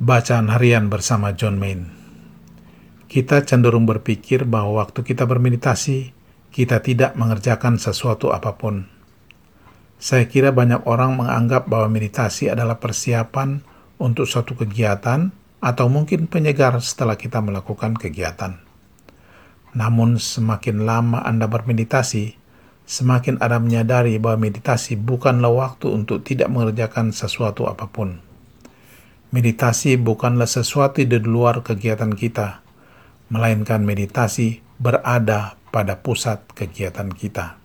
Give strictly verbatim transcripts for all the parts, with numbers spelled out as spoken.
Bacaan harian bersama John Main. Kita cenderung berpikir bahwa waktu kita bermeditasi, kita tidak mengerjakan sesuatu apapun. Saya kira banyak orang menganggap bahwa meditasi adalah persiapan untuk suatu kegiatan atau mungkin penyegar setelah kita melakukan kegiatan. Namun semakin lama Anda bermeditasi, semakin Anda menyadari bahwa meditasi bukanlah waktu untuk tidak mengerjakan sesuatu apapun. Meditasi bukanlah sesuatu di luar kegiatan kita, melainkan meditasi berada pada pusat kegiatan kita.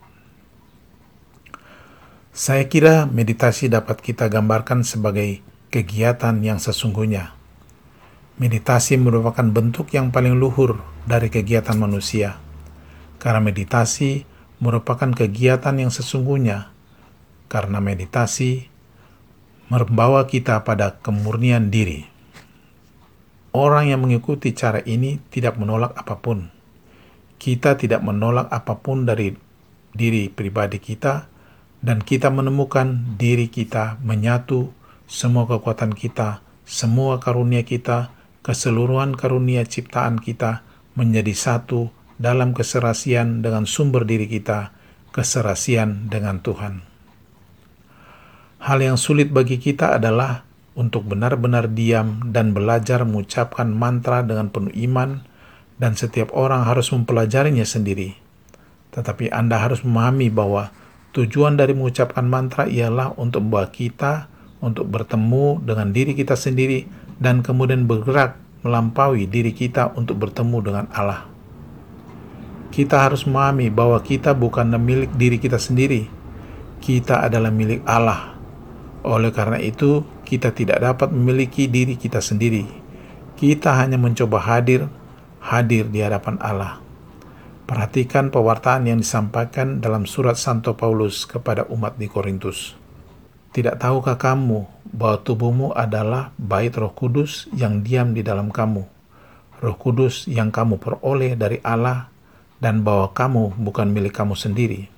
Saya kira meditasi dapat kita gambarkan sebagai kegiatan yang sesungguhnya. Meditasi merupakan bentuk yang paling luhur dari kegiatan manusia, karena meditasi merupakan kegiatan yang sesungguhnya, karena meditasi membawa kita pada kemurnian diri. Orang yang mengikuti cara ini tidak menolak apapun. Kita tidak menolak apapun dari diri pribadi kita, dan kita menemukan diri kita menyatu semua kekuatan kita, semua karunia kita, keseluruhan karunia ciptaan kita menjadi satu dalam keserasian dengan sumber diri kita, keserasian dengan Tuhan. Hal yang sulit bagi kita adalah untuk benar-benar diam dan belajar mengucapkan mantra dengan penuh iman, dan setiap orang harus mempelajarinya sendiri. Tetapi Anda harus memahami bahwa tujuan dari mengucapkan mantra ialah untuk membawa kita untuk bertemu dengan diri kita sendiri dan kemudian bergerak melampaui diri kita untuk bertemu dengan Allah. Kita harus memahami bahwa kita bukan milik diri kita sendiri. Kita adalah milik Allah. Oleh karena itu, kita tidak dapat memiliki diri kita sendiri. Kita hanya mencoba hadir, hadir di hadapan Allah. Perhatikan pewartaan yang disampaikan dalam surat Santo Paulus kepada umat di Korintus. Tidak tahukah kamu bahwa tubuhmu adalah bait Roh Kudus yang diam di dalam kamu, Roh Kudus yang kamu peroleh dari Allah, dan bahwa kamu bukan milik kamu sendiri?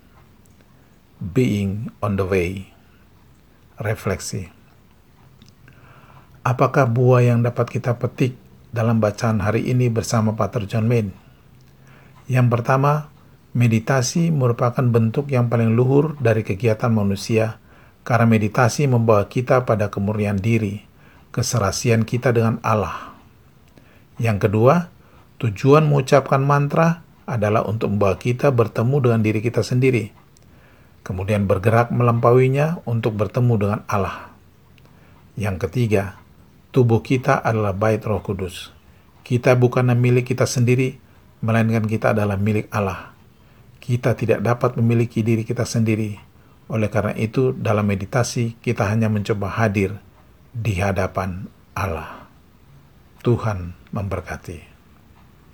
Being on the way. Refleksi. Apakah buah yang dapat kita petik dalam bacaan hari ini bersama Pater John Main? Yang pertama, meditasi merupakan bentuk yang paling luhur dari kegiatan manusia, karena meditasi membawa kita pada kemurnian diri, keserasian kita dengan Allah. Yang kedua, tujuan mengucapkan mantra adalah untuk membawa kita bertemu dengan diri kita sendiri, kemudian bergerak melampauinya untuk bertemu dengan Allah. Yang ketiga, tubuh kita adalah bait Roh Kudus. Kita bukanlah milik kita sendiri, melainkan kita adalah milik Allah. Kita tidak dapat memiliki diri kita sendiri. Oleh karena itu, dalam meditasi kita hanya mencoba hadir di hadapan Allah. Tuhan memberkati.